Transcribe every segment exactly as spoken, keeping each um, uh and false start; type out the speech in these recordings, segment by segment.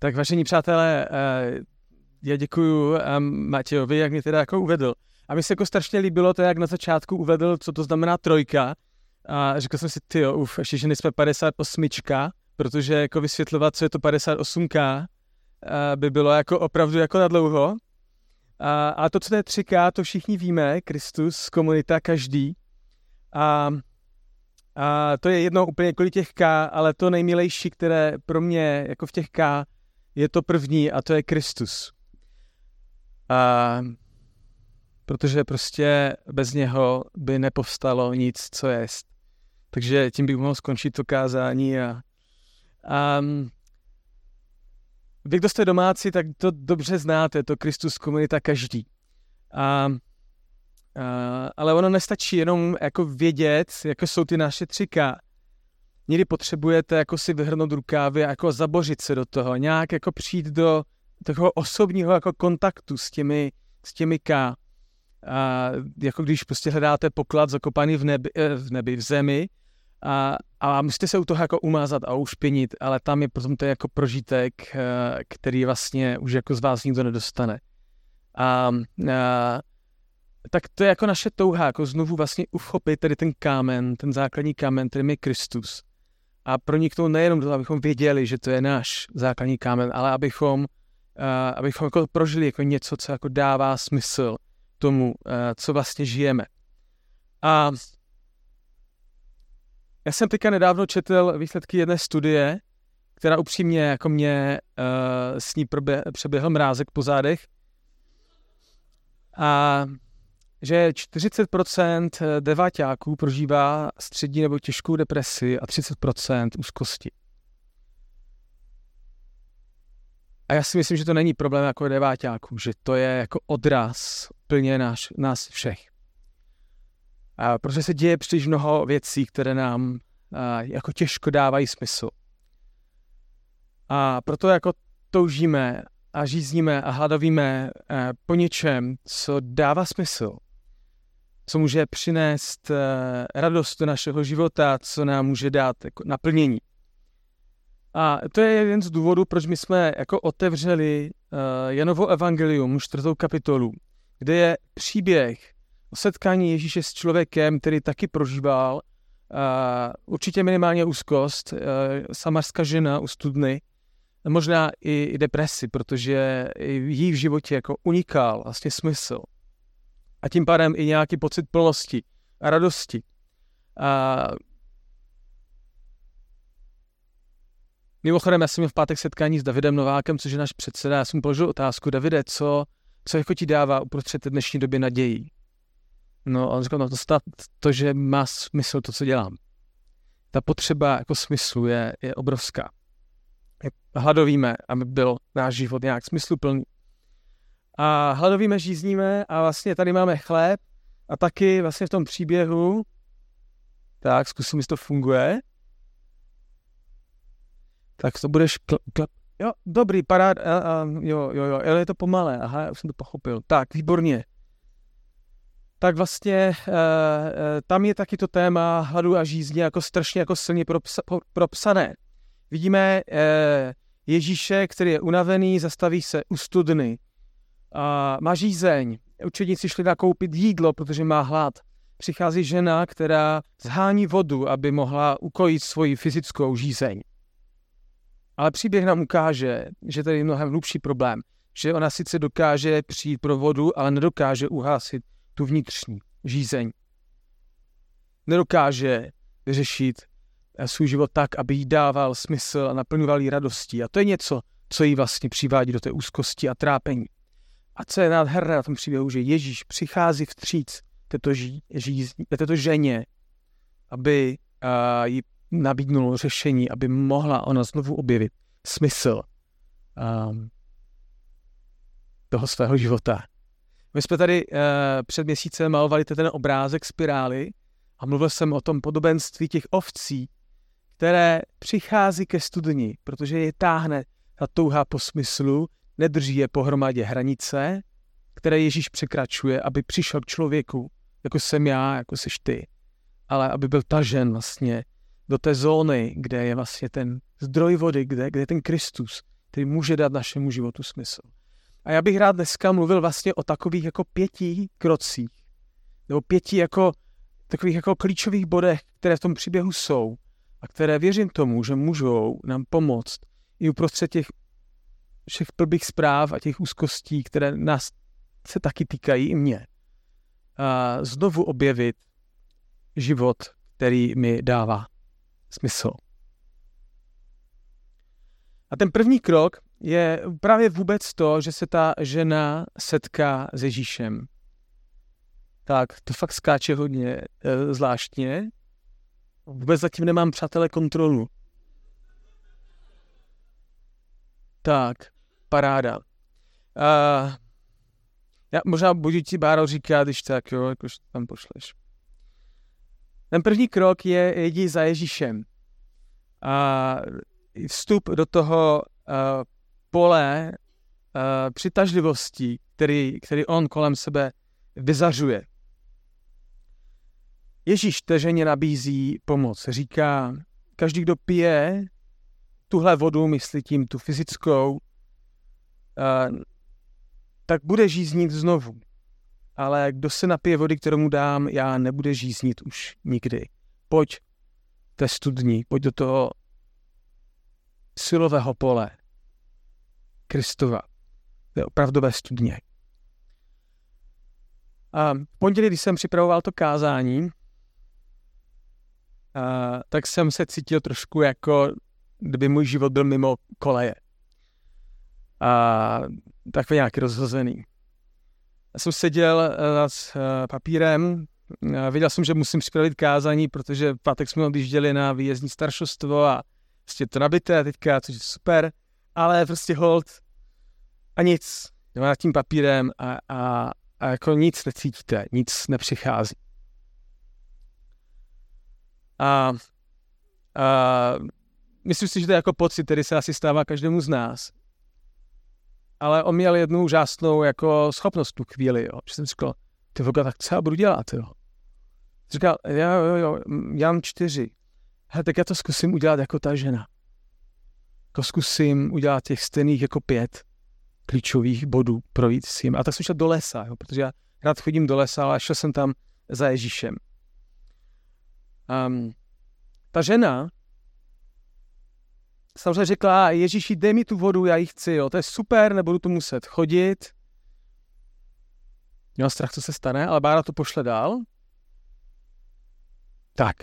Tak vážení přátelé, já děkuju Matějovi, jak mě teda jako uvedl. A mi se jako strašně líbilo to, jak na začátku uvedl, co to znamená trojka. A řekl jsem si, tyjo, uf, ještě, že nejsme padesát osm, protože jako vysvětlovat, co je to padesát osm ká, by bylo jako opravdu jako na dlouho. A, a to, co to je tři ká, to všichni víme, Kristus, komunita, každý. A, a to je jedno úplně kolik těch K, ale to nejmilejší, které pro mě jako v těch K je to první a to je Kristus. A, protože prostě bez něho by nepovstalo nic, co jest. Takže tím bych mohl skončit to kázání. A, a vy, kdo jste domácí, tak to dobře znáte, to Kristus, komunita, každý. A, a, ale ono nestačí jenom jako vědět, jako jsou ty naše tři ká. Někdy potřebujete jako si vyhrnout rukávy a jako zabořit se do toho, nějak jako přijít do toho osobního jako kontaktu s těmi, s těmi K. A jako když prostě hledáte poklad zakopaný v nebi, v, nebi, v zemi a, a musíte se u toho jako umázat a ušpinit, ale tam je potom to jako prožitek, který vlastně už jako z vás nikdo nedostane. A, a tak to je jako naše touha, jako znovu vlastně uchopit tady ten kámen, ten základní kámen, kterým je Kristus. A proniknout nejenom do toho, abychom věděli, že to je náš základní kámen, ale abychom, uh, abychom jako prožili jako něco, co jako dává smysl tomu, uh, co vlastně žijeme. A já jsem teďka nedávno četl výsledky jedné studie, která upřímně jako mě uh, s ní probě- přeběhl mrázek po zádech. A že čtyřicet procent deváťáků prožívá střední nebo těžkou depresi a třicet procent úzkosti. A já si myslím, že to není problém jako deváťáků, že to je jako odraz plně nás, nás všech. A protože se děje příliš mnoho věcí, které nám a, jako těžko dávají smysl. A proto jako toužíme a žízníme a hladovíme a, po něčem, co dává smysl. Co může přinést uh, radost do našeho života, co nám může dát jako naplnění. A to je jeden z důvodů, proč my jsme jako otevřeli uh, Janovo evangelium, čtvrtou kapitolu, kde je příběh o setkání Ježíše s člověkem, který taky prožíval uh, určitě minimálně úzkost, uh, samarská žena u studny, možná i, i depresi, protože jí v životě jako unikal vlastně smysl. A tím pádem i nějaký pocit plnosti a radosti. A mimochodem, já jsem měl v pátek setkání s Davidem Novákem, což je náš předseda. Já jsem položil otázku, Davide, co, co jako ti dává uprostřed dnešní době naději? No a on říkal, no to, to, že má smysl to, co dělám. Ta potřeba jako smyslu je, je obrovská. Hladovíme, aby byl náš život nějak smysluplný. A hladovíme, žízníme a vlastně tady máme chléb a taky vlastně v tom příběhu, tak zkusím, jestli to funguje. Tak to budeš kl- kl- jo, dobrý, parád, a, a, jo, jo, jo, ale je to pomalé, aha, já už jsem to pochopil. Tak, výborně. Tak vlastně e, e, tam je taky to téma hladu a žízně jako strašně jako silně propsa, propsané. Vidíme e, Ježíše, který je unavený, zastaví se u studny. A má žízeň. Učedníci šli nakoupit jídlo, protože má hlad. Přichází žena, která zhání vodu, aby mohla ukojit svoji fyzickou žízeň. Ale příběh nám ukáže, že tady je mnohem hlubší problém. Že ona sice dokáže přijít pro vodu, ale nedokáže uhasit tu vnitřní žízeň. Nedokáže vyřešit svůj život tak, aby jí dával smysl a naplňoval jí radostí. A to je něco, co jí vlastně přivádí do té úzkosti a trápení. A co je nádherné na tom příběhu, že Ježíš přichází vstříc této, ží, ží, této ženě, aby uh, jí nabídnul řešení, aby mohla ona znovu objevit smysl um, toho svého života. My jsme tady uh, před měsícem malovali ten obrázek spirály a mluvil jsem o tom podobenství těch ovcí, které přichází ke studni, protože je táhne ta touha po smyslu, nedrží je pohromadě hranice, které Ježíš překračuje, aby přišel k člověku, jako jsem já, jako seš ty, ale aby byl tažen vlastně do té zóny, kde je vlastně ten zdroj vody, kde, kde je ten Kristus, který může dát našemu životu smysl. A já bych rád dneska mluvil vlastně o takových jako pěti krocích, nebo pěti jako takových jako klíčových bodech, které v tom příběhu jsou a které věřím tomu, že můžou nám pomoct i uprostřed těch všech blbých zpráv a těch úzkostí, které nás se taky týkají i mě. A znovu objevit život, který mi dává smysl. A ten první krok je právě vůbec to, že se ta žena setká s Ježíšem. Tak, to fakt skáče hodně e, zvláštně. Vůbec zatím nemám, přátelé, kontrolu. Tak, paráda. Uh, já možná budu ti, Báro, říkat, když tak, jo, jakož tam pošleš. Ten první krok je jdi za Ježíšem. A vstup do toho uh, pole uh, přitažlivosti, který, který on kolem sebe vyzařuje. Ježíš té ženě nabízí pomoc. Říká, každý, kdo pije tuhle vodu, myslí tím tu fyzickou, uh, tak bude žíznit znovu. Ale kdo se napije vody, kterou mu dám, já nebude žíznit už nikdy. Pojď té studni, pojď do toho silového pole Kristova, té opravdové studně. A v pondělí, když jsem připravoval to kázání, a, tak jsem se cítil trošku jako, kdyby můj život byl mimo koleje. A takový nějaký rozhozený. Já jsem seděl s papírem, věděl jsem, že musím připravit kázání, protože v pátek jsme odjížděli na výjezdní staršostvo a prostě to nabité teďka, což je super, ale prostě hold a nic. Nad tím papírem a, a, a jako nic necítíte, nic nepřichází. A, a myslím si, že to je jako pocit, který se asi stává každému z nás. Ale on měl jednu úžasnou jako schopnost tu chvíli, jo. Že jsem říkal, ty voga, tak co já budu dělat, jo. Říkal, jo, jo, jo, já mám čtyři. Hele, tak já to zkusím udělat jako ta žena. To zkusím udělat těch stejných jako pět klíčových bodů, projít s jim. A tak jsem šel do lesa, jo, protože já rád chodím do lesa, ale šel jsem tam za Ježíšem. Um, ta žena samozřejmě řekla, Ježíši, dej mi tu vodu, já ji chci, jo, to je super, nebudu tu muset chodit. Měl strach, co se stane, ale Bára to pošle dál. Tak.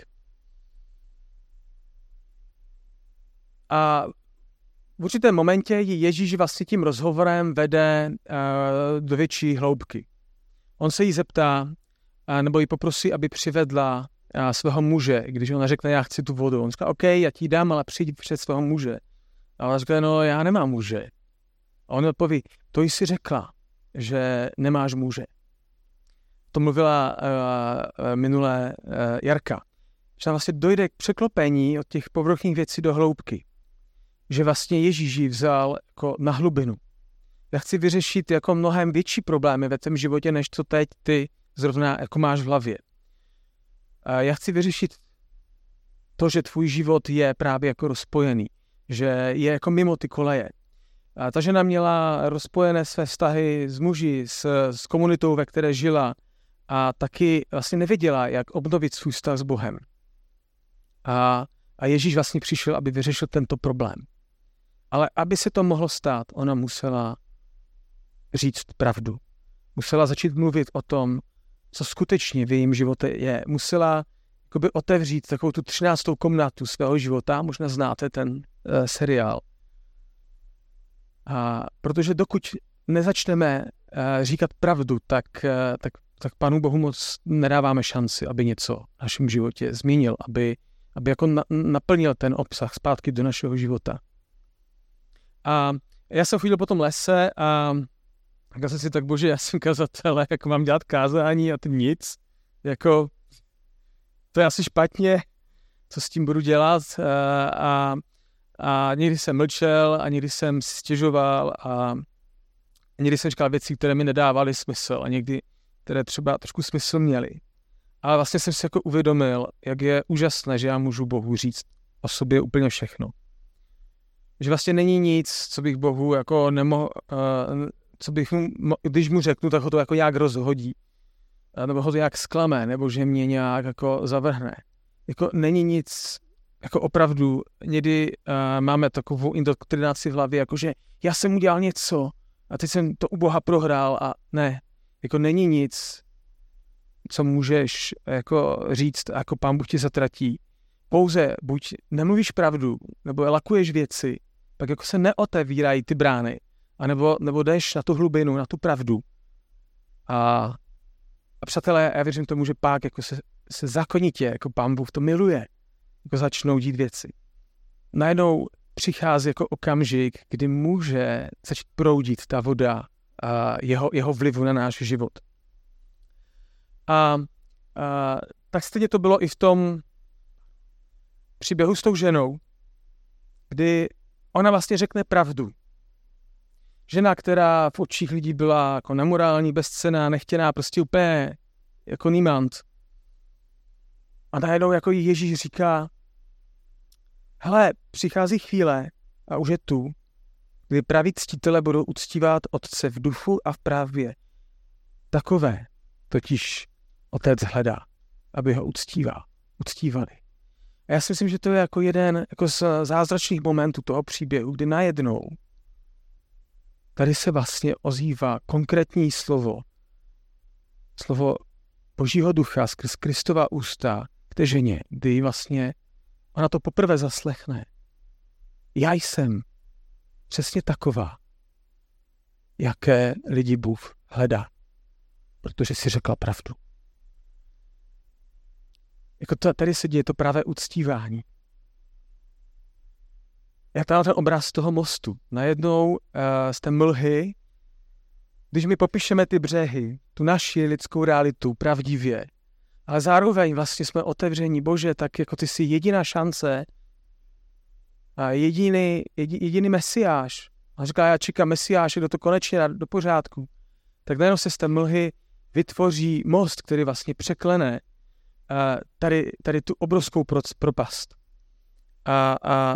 A v určitém momentě ji Ježíš vlastně tím rozhovorem vede uh, do větší hloubky. On se jí zeptá, uh, nebo ji poprosí, aby přivedla uh, svého muže, když ona řekne, já chci tu vodu. On říká, OK, já ti dám, ale přijď před svého muže. A ona říká, no já nemám muže. A on odpoví, to jsi řekla, že nemáš muže. To mluvila uh, minulé uh, Jarka. Že tam vlastně dojde k překlopení od těch povrchních věcí do hloubky. Že vlastně Ježíš ji vzal jako na hlubinu. Já chci vyřešit jako mnohem větší problémy ve tvém životě, než co teď ty zrovna jako máš v hlavě. A já chci vyřešit to, že tvůj život je právě jako rozpojený, že je jako mimo ty koleje. A ta žena měla rozpojené své vztahy s muži, s, s komunitou, ve které žila a taky vlastně nevěděla, jak obnovit svůj vztah s Bohem. A, a Ježíš vlastně přišel, aby vyřešil tento problém. Ale aby se to mohlo stát, ona musela říct pravdu. Musela začít mluvit o tom, co skutečně v jejím životě je. Musela jakoby otevřít takovou tu třináctou komnatu svého života, možná znáte ten uh, seriál. A protože dokud nezačneme uh, říkat pravdu, tak, uh, tak, tak Pánu Bohu moc nedáváme šanci, aby něco v našem životě změnil, aby, aby jako na, naplnil ten obsah zpátky do našeho života. A já jsem chodil po tom lese a říkal jsem si, tak bože, já jsem kazatel, jak mám dělat kázání a to nic. Jako, to je asi špatně, co s tím budu dělat. A, a někdy jsem mlčel a někdy jsem si stěžoval a někdy jsem říkal věci, které mi nedávaly smysl a někdy, které třeba trošku smysl měly. Ale vlastně jsem si jako uvědomil, jak je úžasné, že já můžu Bohu říct o sobě úplně všechno. že vlastně není nic, co bych Bohu jako nemohl, uh, co bych mu, když mu řeknu, tak ho to jako nějak rozhodí. Uh, nebo ho to nějak zklame, nebo že mě nějak jako zavrhne. Jako není nic, jako opravdu, někdy uh, máme takovou indoktrinaci v hlavě, jako že já jsem udělal něco a teď jsem to u Boha prohrál a ne, jako není nic, co můžeš jako říct, jako Pán Bůh ti zatratí. Pouze buď nemluvíš pravdu, nebo lakuješ věci, pak jako se neotevírají ty brány, anebo, nebo jdeš na tu hlubinu, na tu pravdu. A, a přátelé, já věřím tomu, že pak jako se, se zákonitě, jako Pán Bůh to miluje, jako začnou dít věci. Najednou přichází jako okamžik, kdy může začít proudit ta voda a jeho, jeho vlivu na náš život. A, a tak stejně to bylo i v tom příběhu s tou ženou, kdy ona vlastně řekne pravdu. Žena, která v očích lidí byla jako nemorální, bezcenná, nechtěná, prostě úplně jako niemand. A najednou jako Ježíš říká, hele, přichází chvíle a už je tu, kdy praví ctitelé budou uctívat Otce v duchu a v pravdě. Takové totiž Otec hledá, aby ho uctíval, uctívali. A já si myslím, že to je jako jeden jako z zázračných momentů toho příběhu, kdy najednou tady se vlastně ozývá konkrétní slovo, slovo Božího ducha skrz Kristova ústa k té ženě, kdy vlastně ona to poprvé zaslechne. Já jsem přesně taková, jaké lidi Bůh hledá, protože si řekla pravdu. Jako to, tady se děje to právě uctívání. Já tam ten obraz toho mostu. Najednou uh, z té mlhy, když my popíšeme ty břehy, tu naši lidskou realitu pravdivě, ale zároveň vlastně jsme otevření, Bože, tak jako ty jsi jediná šance a jediný, jediný mesiáš. A říká, já čekám mesiáše, kdo to konečně dá do pořádku. Tak najednou se z té mlhy vytvoří most, který vlastně překlene uh, tady, tady tu obrovskou propast. A, a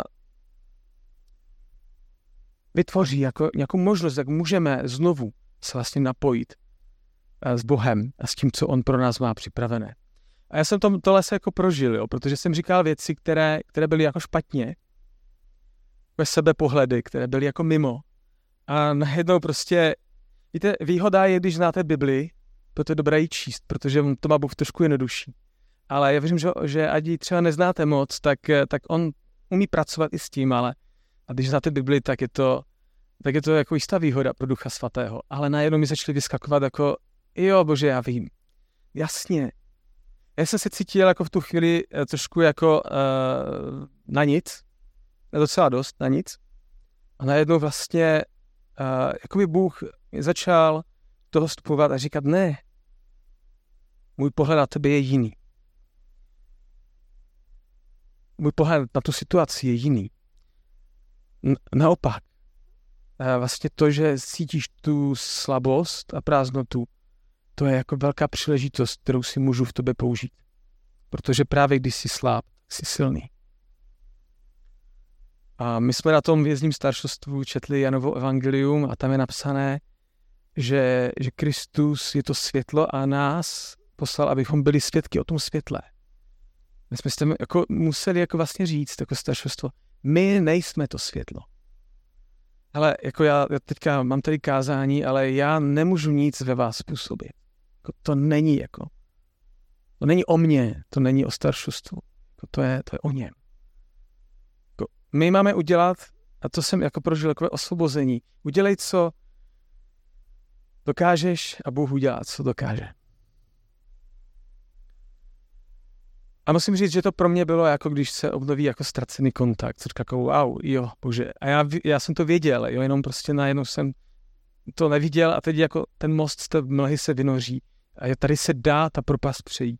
vytvoří jako nějakou možnost, jak můžeme znovu se vlastně napojit s Bohem a s tím, co on pro nás má připravené. A já jsem to, tohle se jako prožil, jo, protože jsem říkal věci, které, které byly jako špatně, ve sebepohledy, které byly jako mimo. A najednou prostě, víte, výhoda je, když znáte Bibli, proto je dobré ji číst, protože to má Bůh trošku jednodušší. Ale já věřím, že, že ať ji třeba neznáte moc, tak, tak on umí pracovat i s tím, ale a když znáte Bibli, tak je to, tak je to jako jistá výhoda pro Ducha Svatého. Ale najednou mi začali vyskakovat jako, jo, Bože, já vím. Jasně. Já jsem se cítil jako v tu chvíli trošku jako uh, na nic, docela dost na nic. A najednou vlastně uh, jakoby Bůh začal toho vstupovat a říkat, ne, můj pohled na tebe je jiný. Můj pohled na tu situaci je jiný. Naopak, vlastně to, že cítíš tu slabost a prázdnotu, to je jako velká příležitost, kterou si můžu v tobě použít. Protože právě když jsi slab, jsi silný. A my jsme na tom vězním staršostvu četli Janovo evangelium a tam je napsané, že, že Kristus je to světlo a nás poslal, abychom byli svědky o tom světle. My jsme si jako museli jako vlastně říct, jako staršostvo, my nejsme to světlo. Ale jako já, já teďka mám tady kázání, ale já nemůžu nic ve vás způsobit. Jako to není jako, to není o mně, to není o staršostvu. Jako to, je, to je o něm. Jako my máme udělat, a to jsem jako prožil takové osvobození, udělej, co dokážeš a Bůh udělá, co dokáže. A musím říct, že to pro mě bylo jako když se obnoví jako ztracený kontakt. Říká jako wow, jo, Bože. A já, já jsem to věděl, jo, jenom prostě najednou jsem to neviděl a teď jako ten most z té mlhy se vynoří. A tady se dá ta propast přejít.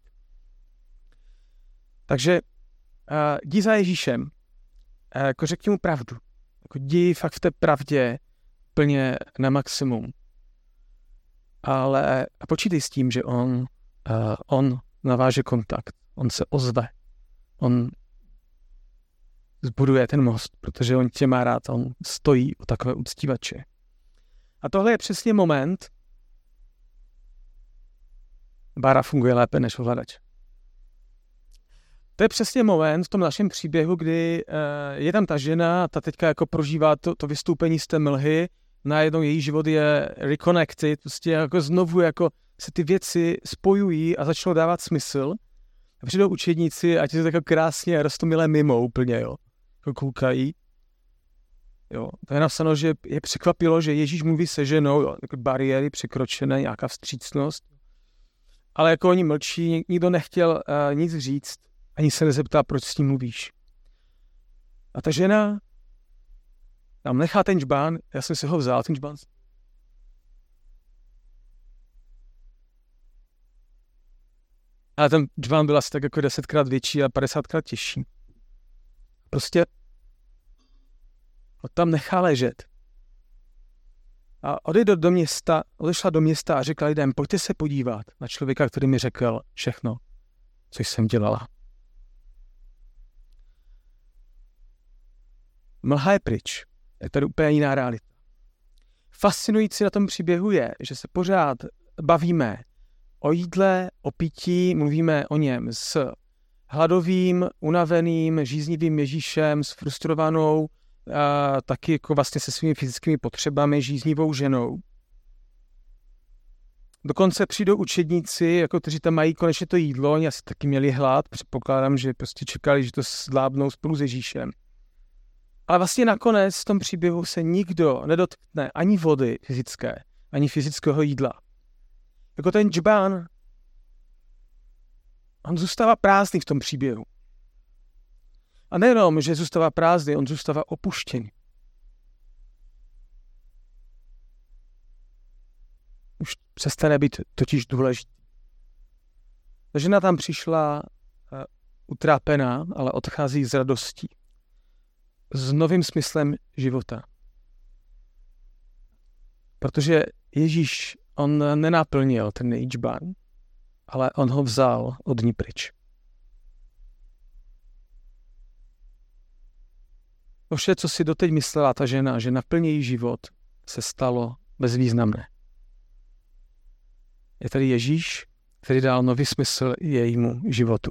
Takže uh, jdi za Ježíšem. Uh, jako řekni mu pravdu. Jako jdi fakt v té pravdě plně na maximum. Ale a počítej s tím, že on, uh, on naváže kontakt. On se ozve. On zbuduje ten most, protože on tě má rád, on stojí o takové uctívače. A tohle je přesně moment, bára funguje lépe než ovladač. To je přesně moment v tom našem příběhu, kdy uh, je tam ta žena, ta teďka jako prožívá to, to vystoupení z té mlhy, najednou její život je reconnected, prostě jako znovu jako se ty věci spojují a začnou dávat smysl. A přijdou učedníci a ti to tak jako krásně roztomilé mimo úplně, jo. Jako koukají. Jo. To je napsáno, že je překvapilo, že Ježíš mluví se ženou, jo. Jako bariéry překročené, nějaká vstřícnost. Ale jako oni mlčí, nikdo nechtěl uh, nic říct, ani se nezeptá, proč s tím mluvíš. A ta žena tam nechá ten džbán, já jsem si ho vzal, ten džbán. Ale ten džbán byl asi tak jako desetkrát větší a padesátkrát těžší. Prostě ho tam nechá ležet. A odejde do města, odešla do města a řekla lidem, pojďte se podívat na člověka, který mi řekl všechno, co jsem dělala. Mlha je pryč. Je tady úplně jiná realita. Fascinující na tom příběhu je, že se pořád bavíme o jídle, o pití, mluvíme o něm s hladovým, unaveným, žíznivým Ježíšem, s frustrovanou, a taky jako vlastně se svými fyzickými potřebami, žíznivou ženou. Dokonce přijdou učedníci, jako kteří tam mají konečně to jídlo, oni asi taky měli hlad, předpokládám, že prostě čekali, že to zvládnou spolu s Ježíšem. Ale vlastně nakonec v tom příběhu se nikdo nedotkne ani vody fyzické, ani fyzického jídla. Jako ten džbán, on zůstává prázdný v tom příběhu. A nejenom, že zůstává prázdný, on zůstává opuštěný. Už přestane být totiž důležitý. Ta žena tam přišla uh, utrápená, ale odchází s radostí. S novým smyslem života. Protože Ježíš, on nenaplnil ten její džbán, ale on ho vzal od ní pryč. To vše, co si doteď myslela ta žena, že naplní její život, se stalo bezvýznamné. Je tady Ježíš, který dal nový smysl jejímu životu.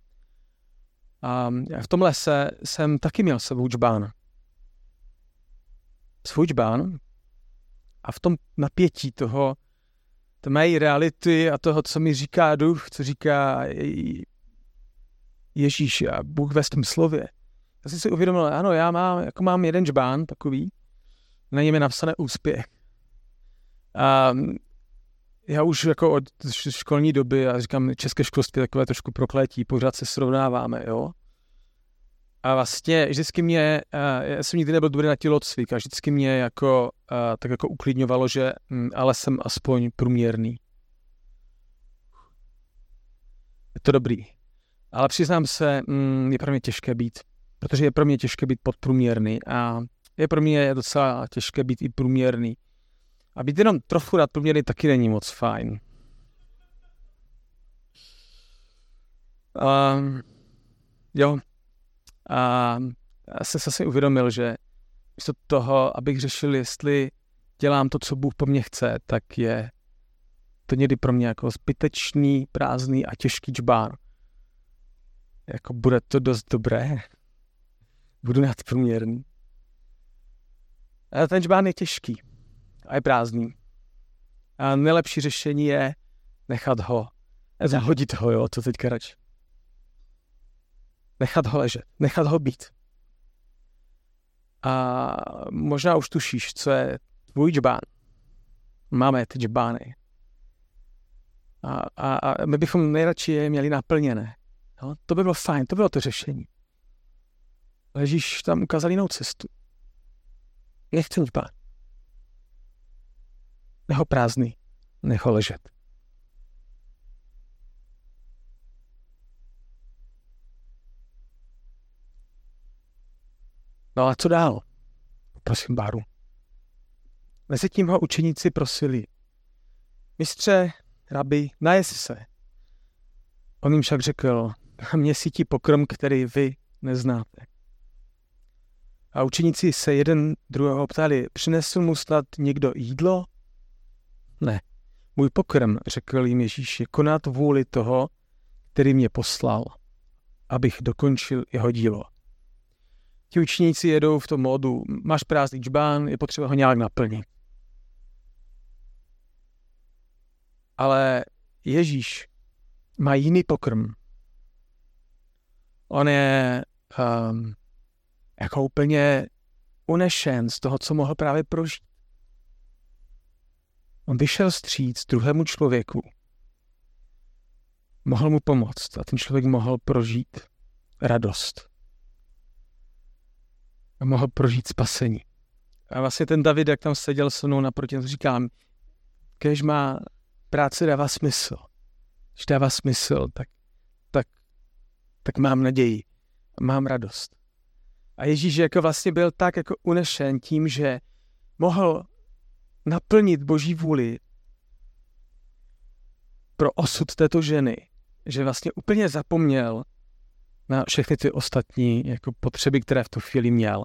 A v tom lese jsem taky měl svůj džbán. Svůj džbán a v tom napětí toho, to mají reality a toho, co mi říká duch, co říká Ježíš a Bůh ve svém slově. Já jsem si uvědomil, ano, já mám, jako mám jeden džbán takový, na něm je napsané úspěch. A já už jako od školní doby, já říkám, české školství je takové trošku prokletí, pořád se srovnáváme, jo. A vlastně vždycky mě, já jsem nikdy nebyl dobrý na tělocvik a vždycky mě jako, tak jako uklidňovalo, že ale jsem aspoň průměrný. Je to dobrý. Ale přiznám se, je pro mě těžké být, protože je pro mě těžké být podprůměrný a je pro mě docela těžké být i průměrný. A být jenom trochu rád průměrný taky není moc fajn. Um, jo. A já jsem se asi uvědomil, že místo toho, abych řešil, jestli dělám to, co Bůh po mně chce, tak je to někdy pro mě jako zbytečný, prázdný a těžký džbán. Jako bude to dost dobré. Budu nadprůměrný. Ale ten džbán je těžký a je prázdný. A nejlepší řešení je nechat ho, zahodit ho, jo, co teďka radši. Nechat ho ležet, nechat ho být. A možná už tušíš, co je tvůj džbán. Máme ty džbány. A, a, a my bychom nejradši je měli naplněné. No, to by bylo fajn, to bylo to řešení. Ježíš tam ukázal jinou cestu. Nechci džbán. Nech ho prázdný, nech ho ležet. No a co dál? Prosím, Báru. Mezitím ho učeníci prosili. Mistře, rabi, najes se. On jim však řekl, mě sytí pokrm, který vy neznáte. A učeníci se jeden druhého ptali, přinesl mu snad někdo jídlo? Ne. Můj pokrm, řekl jim Ježíš, je konat vůli toho, který mě poslal, abych dokončil jeho dílo. Ti učeníci jedou v tom módu, máš prázdný džbán, je potřeba ho nějak naplnit. Ale Ježíš má jiný pokrm. On je um, jako úplně unešen z toho, co mohl právě prožít. On vyšel vstříc druhému člověku. Mohl mu pomoct a ten člověk mohl prožít radost. A mohl prožít spasení. A vlastně ten David, jak tam seděl se mnou naproti, říkám, když má práce dává smysl. Když dává smysl, tak, tak, tak mám naději. Mám radost. A Ježíš jako vlastně byl tak jako unešen tím, že mohl naplnit Boží vůli pro osud této ženy, že vlastně úplně zapomněl na všechny ty ostatní jako potřeby, které v tu chvíli měl.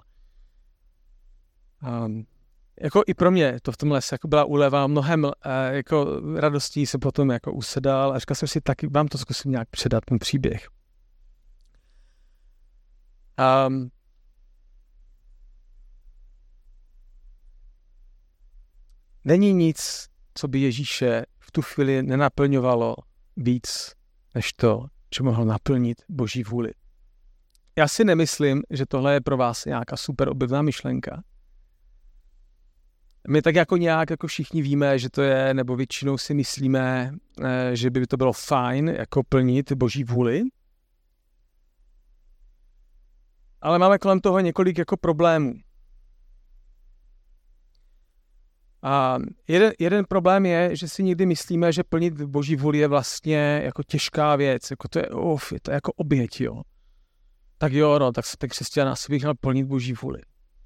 Um, jako i pro mě to v tomhle jako byla úleva, mnohem uh, jako radostí se potom jako usedal a říkal jsem si, taky vám to zkusím nějak předat, ten příběh. Um, Není nic, co by Ježíše v tu chvíli nenaplňovalo víc, než to, co mohl naplnit Boží vůli. Já si nemyslím, že tohle je pro vás nějaká super objevná myšlenka. My tak jako nějak jako všichni víme, že to je, nebo většinou si myslíme, že by to bylo fajn jako plnit Boží vůli. Ale máme kolem toho několik jako problémů. A jeden, jeden problém je, že si někdy myslíme, že plnit Boží vůli je vlastně jako těžká věc, jako to je, uf, je to jako oběť, jo. Tak jo, no, tak se ten křesťan asi bych měl plnit Boží vůli.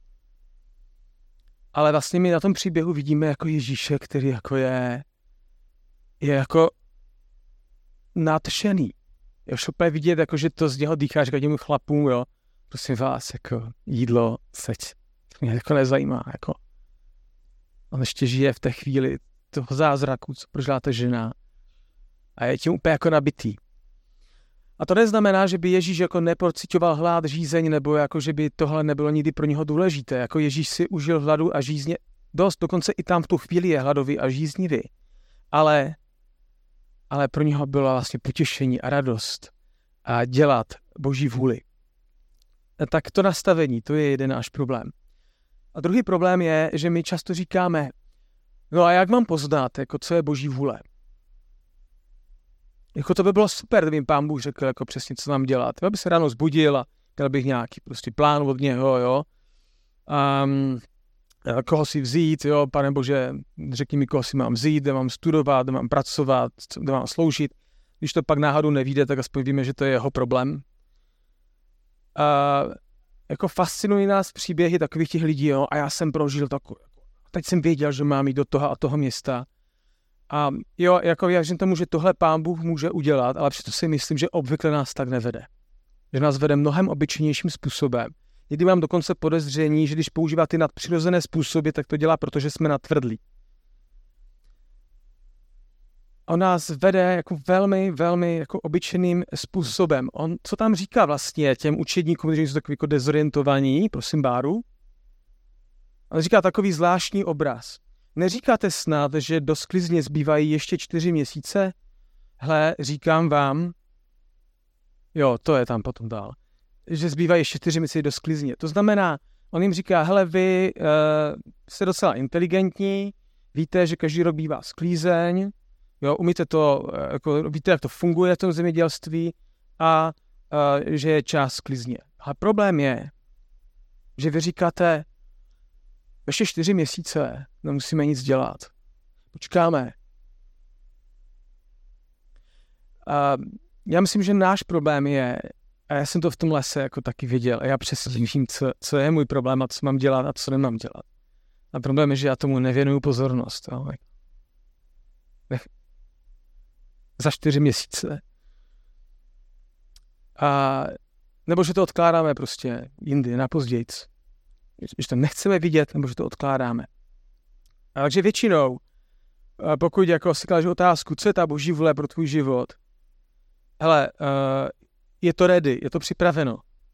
Ale vlastně my na tom příběhu vidíme jako Ježíše, který jako je, je jako nadšený. Je už úplně vidět, jako, že to z něho dýchá, říká těm chlapům, jo, prosím vás, jako jídlo, seď, to mě jako nezajímá, jako. On ještě žije v té chvíli toho zázraku, co prožila ta žena. A je tím úplně jako nabitý. A to neznamená, že by Ježíš jako nepocitoval hlad, žízeň, nebo jako, že by tohle nebylo nikdy pro něho důležité. Jako Ježíš si užil hladu a žízně dost, dokonce i tam v tu chvíli je hladový a žíznivý. Ale, ale pro něho bylo vlastně potěšení a radost a dělat Boží vůli. A tak to nastavení, to je jeden náš problém. A druhý problém je, že my často říkáme, no a jak mám poznat, jako co je Boží vůle? Jako to by bylo super, kdyby Pán Bůh řekl jako přesně, co mám dělat. Já bych se ráno zbudil a měl bych nějaký prostě plán od něho, jo. Um, koho si vzít, jo, Pane Bože, řekni mi, koho si mám vzít, kde mám studovat, kde mám pracovat, kde mám sloužit. Když to pak náhodou nevíde, tak aspoň víme, že to je jeho problém. Uh, Jako fascinují nás příběhy takových těch lidí, jo, a já jsem prožil takový. Teď jsem věděl, že mám jít do toho a toho města. A jo, jako věřím tomu, že tohle Pán Bůh může udělat, ale přesto si myslím, že obvykle nás tak nevede. Že nás vede mnohem obyčejnějším způsobem. Někdy mám dokonce podezření, že když používá ty nadpřirozené způsoby, tak to dělá, protože jsme natvrdlí. On nás vede jako velmi, velmi jako obyčejným způsobem. On, co tam říká vlastně těm učedníkům, kteří jsou takový jako dezorientovaní, prosím Báru? On říká takový zvláštní obraz. Neříkáte snad, že do sklizně zbývají ještě čtyři měsíce? Hle, říkám vám, jo, to je tam potom dál, že zbývají ještě čtyři měsíce do sklizně. To znamená, on jim říká, hele, vy uh, jste docela inteligentní, víte, že každý rok bývá sklízeň, jo, umíte to, jako, víte, jak to funguje v tom zemědělství a uh, že je čas sklizně. Ale problém je, že vy říkáte, ještě čtyři měsíce nemusíme nic dělat. Počkáme. Uh, já myslím, že náš problém je, a já jsem to v tom lese jako taky viděl, a já přesně vím, co, co je můj problém a co mám dělat a co nemám dělat. A problém je, že já tomu nevěnuju pozornost. Jo. Nech, za čtyři měsíce. A, nebo že to odkládáme prostě jindy, na pozdějc. že to nechceme vidět, nebo že to odkládáme. A takže většinou, pokud jako si kladeš otázku, co je ta boží vůle pro tvůj život, hele, je to ready, je to připraveno.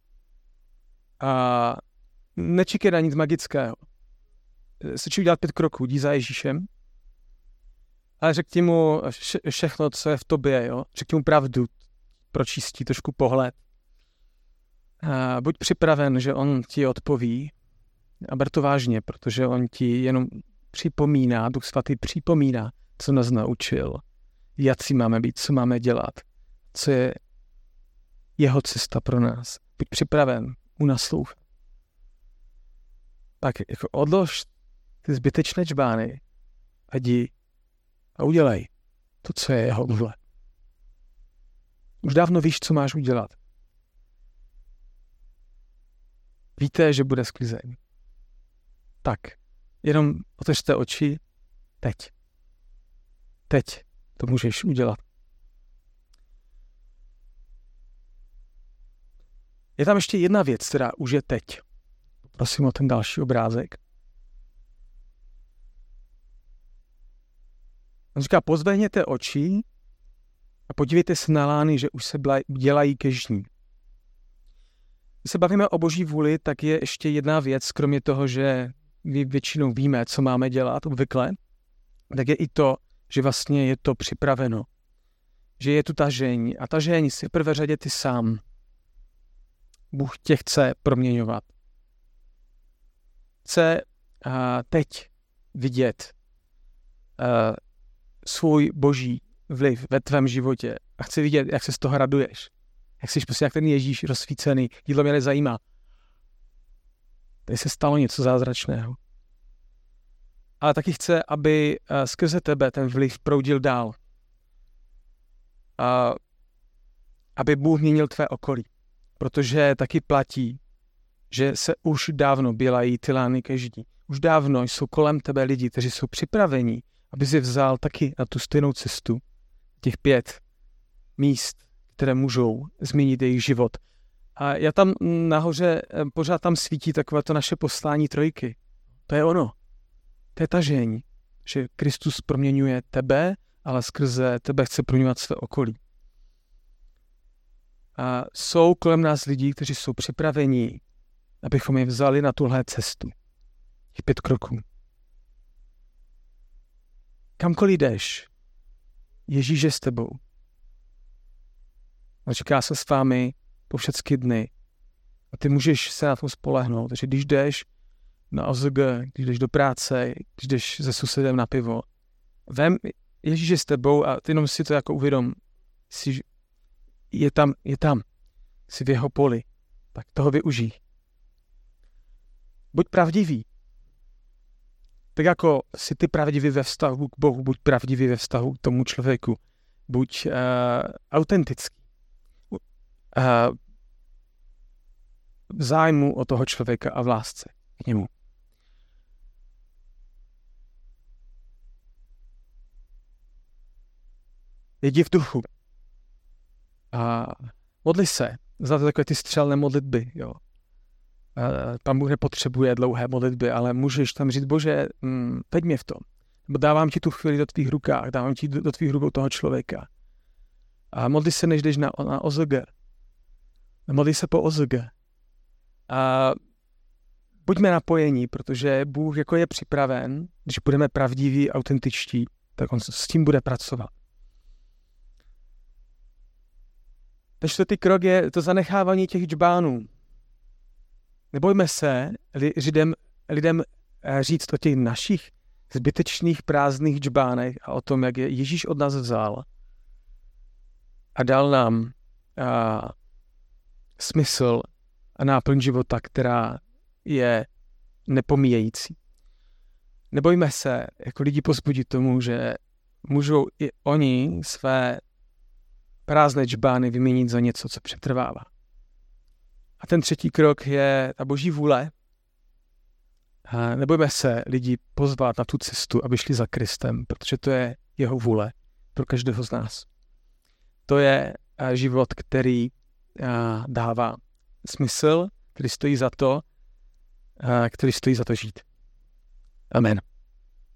A nečekej na nic magického. Stačí udělat pět kroků, jdi za Ježíšem, ale řekni mu vše, všechno, co je v tobě, jo? Řekni mu pravdu, pročistí trošku pohled. A buď připraven, že on ti odpoví a ber to vážně, protože on ti jenom připomíná, Duch Svatý připomíná, co nás naučil, jací máme být, co máme dělat, co je jeho cesta pro nás. Buď připraven mu naslouchat. Tak jako odlož ty zbytečné čbány a jdi a udělej to, co je jeho vůle. Už dávno víš, co máš udělat. Víte, že bude sklizeň. Tak, jenom otevřte oči teď. Teď to můžeš udělat. Je tam ještě jedna věc, která už je teď. Prosím o ten další obrázek. On říká, pozvedněte oči a podívejte se na lány, že už se dělají kežní. Když se bavíme o boží vůli, tak je ještě jedna věc, kromě toho, že my většinou víme, co máme dělat obvykle, tak je i to, že vlastně je to připraveno. Že je tu ta žeň a ta žeň si v prvé řadě ty sám. Bůh tě chce proměňovat. Chce uh, teď vidět uh, svůj boží vliv ve tvém životě a chce vidět, jak se z toho raduješ. Jak jsi prostě jak ten Ježíš rozsvícený. Dílo mě nezajímá. Tady se stalo něco zázračného. Ale taky chce, aby uh, skrze tebe ten vliv proudil dál. Uh, aby Bůh měnil tvé okolí. Protože taky platí, že se už dávno bělají ty lány keždí. Už dávno jsou kolem tebe lidi, kteří jsou připraveni, aby si vzal taky na tu stejnou cestu. Těch pět míst, které můžou změnit jejich život. A já tam nahoře, pořád tam svítí takové to naše poslání trojky. To je ono. To je ta žeň, že Kristus proměňuje tebe, ale skrze tebe chce proměňovat své okolí. A jsou kolem nás lidi, kteří jsou připraveni, abychom je vzali na tuhle cestu. Těch pět kroků. Kamkoliv jdeš, Ježíš je s tebou. A říká se s vámi po všechny dny. A ty můžeš se na tom spolehnout. Takže když jdeš na O Z G, když jdeš do práce, když jdeš se sousedem na pivo, vem, Ježíš je s tebou a ty jenom si to jako uvědom. Jsi, je tam, je tam. Jsi v jeho poli. Tak toho využij. Buď pravdivý. Tak jako jsi ty pravdivý ve vztahu k Bohu, buď pravdivý ve vztahu k tomu člověku. Buď uh, autentický. Uh, v zájmu o toho člověka a v lásce k němu. Jdi v duchu. A modli se. Znáte takové ty střelné modlitby, jo. Pan Bůh nepotřebuje dlouhé modlitby, ale můžeš tam říct, Bože, hm, veď mě v tom. Nebo dávám ti tu chvíli do tvých rukách, dávám ti do, do tvých rukou toho člověka. A modli se, než jdeš na, na O Z G. Modli se po O Z G. A buďme napojení, protože Bůh jako je připraven, když budeme pravdiví, autentičtí, tak on s tím bude pracovat. Ten čtvrtý krok je to zanechávání těch džbánů. Nebojme se lidem, lidem říct o těch našich zbytečných prázdných džbánech a o tom, jak je Ježíš od nás vzal a dal nám a, smysl a náplň života, která je nepomíjející. Nebojme se jako lidi pozbudit tomu, že můžou i oni své prázdné džbány vyměnit za něco, co přetrvává. A ten třetí krok je ta boží vůle. A nebojme se lidi pozvat na tu cestu, aby šli za Kristem, protože to je jeho vůle pro každého z nás. To je život, který dává smysl, který stojí za to který stojí za to žít. Amen.